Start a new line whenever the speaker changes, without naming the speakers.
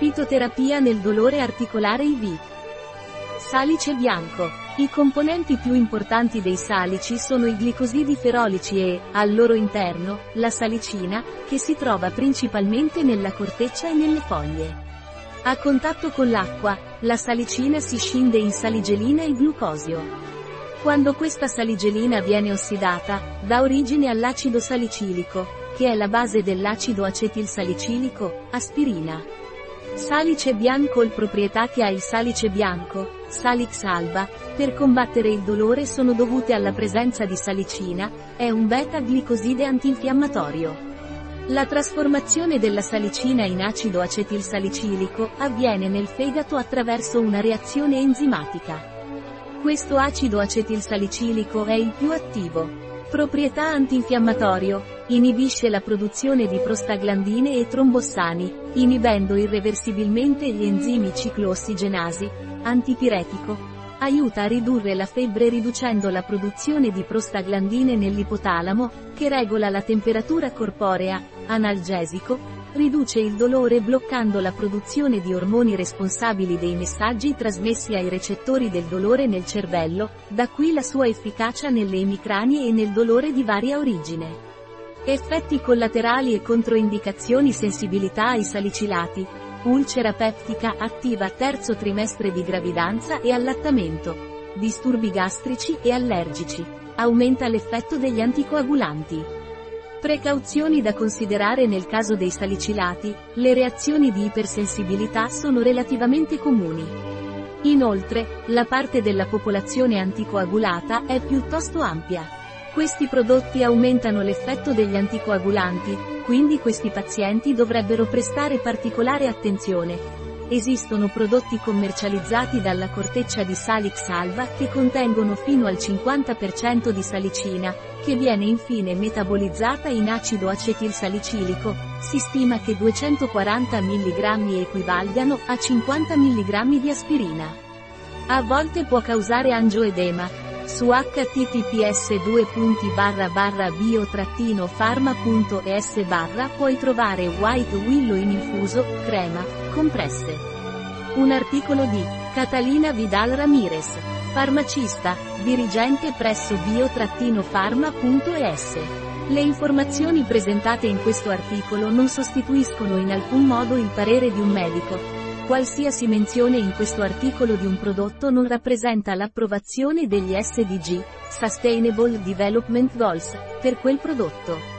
Fitoterapia nel dolore articolare IV. Salice bianco. I componenti più importanti dei salici sono i glicosidi ferolici e, al loro interno, la salicina, che si trova principalmente nella corteccia e nelle foglie. A contatto con l'acqua, la salicina si scinde in saligelina e glucosio. Quando questa saligelina viene ossidata, dà origine all'acido salicilico, che è la base dell'acido acetilsalicilico, aspirina. Salice bianco. Le proprietà che ha il salice bianco, Salix alba, per combattere il dolore sono dovute alla presenza di salicina, è un beta-glicoside antinfiammatorio. La trasformazione della salicina in acido acetilsalicilico avviene nel fegato attraverso una reazione enzimatica. Questo acido acetilsalicilico è il più attivo. Proprietà antinfiammatorio. Inibisce la produzione di prostaglandine e trombossani, inibendo irreversibilmente gli enzimi cicloossigenasi. Antipiretico. Aiuta a ridurre la febbre riducendo la produzione di prostaglandine nell'ipotalamo, che regola la temperatura corporea. Analgesico. Riduce il dolore bloccando la produzione di ormoni responsabili dei messaggi trasmessi ai recettori del dolore nel cervello, da qui la sua efficacia nelle emicranie e nel dolore di varia origine. Effetti collaterali e controindicazioni. Sensibilità ai salicilati. Ulcera peptica attiva terzo trimestre di gravidanza e allattamento. Disturbi gastrici e allergici. Aumenta l'effetto degli anticoagulanti. Precauzioni da considerare nel caso dei salicilati. Le reazioni di ipersensibilità sono relativamente comuni. Inoltre, la parte della popolazione anticoagulata è piuttosto ampia. Questi prodotti aumentano l'effetto degli anticoagulanti, quindi questi pazienti dovrebbero prestare particolare attenzione. Esistono prodotti commercializzati dalla corteccia di Salix alba che contengono fino al 50% di salicina, che viene infine metabolizzata in acido acetilsalicilico. Si stima che 240 mg equivalgano a 50 mg di aspirina. A volte può causare angioedema. Su https://bio-pharma.es/ puoi trovare White Willow in infuso, crema, compresse. Un articolo di Catalina Vidal Ramirez, farmacista, dirigente presso bio-pharma.es. Le informazioni presentate in questo articolo non sostituiscono in alcun modo il parere di un medico. Qualsiasi menzione in questo articolo di un prodotto non rappresenta l'approvazione degli SDG, Sustainable Development Goals, per quel prodotto.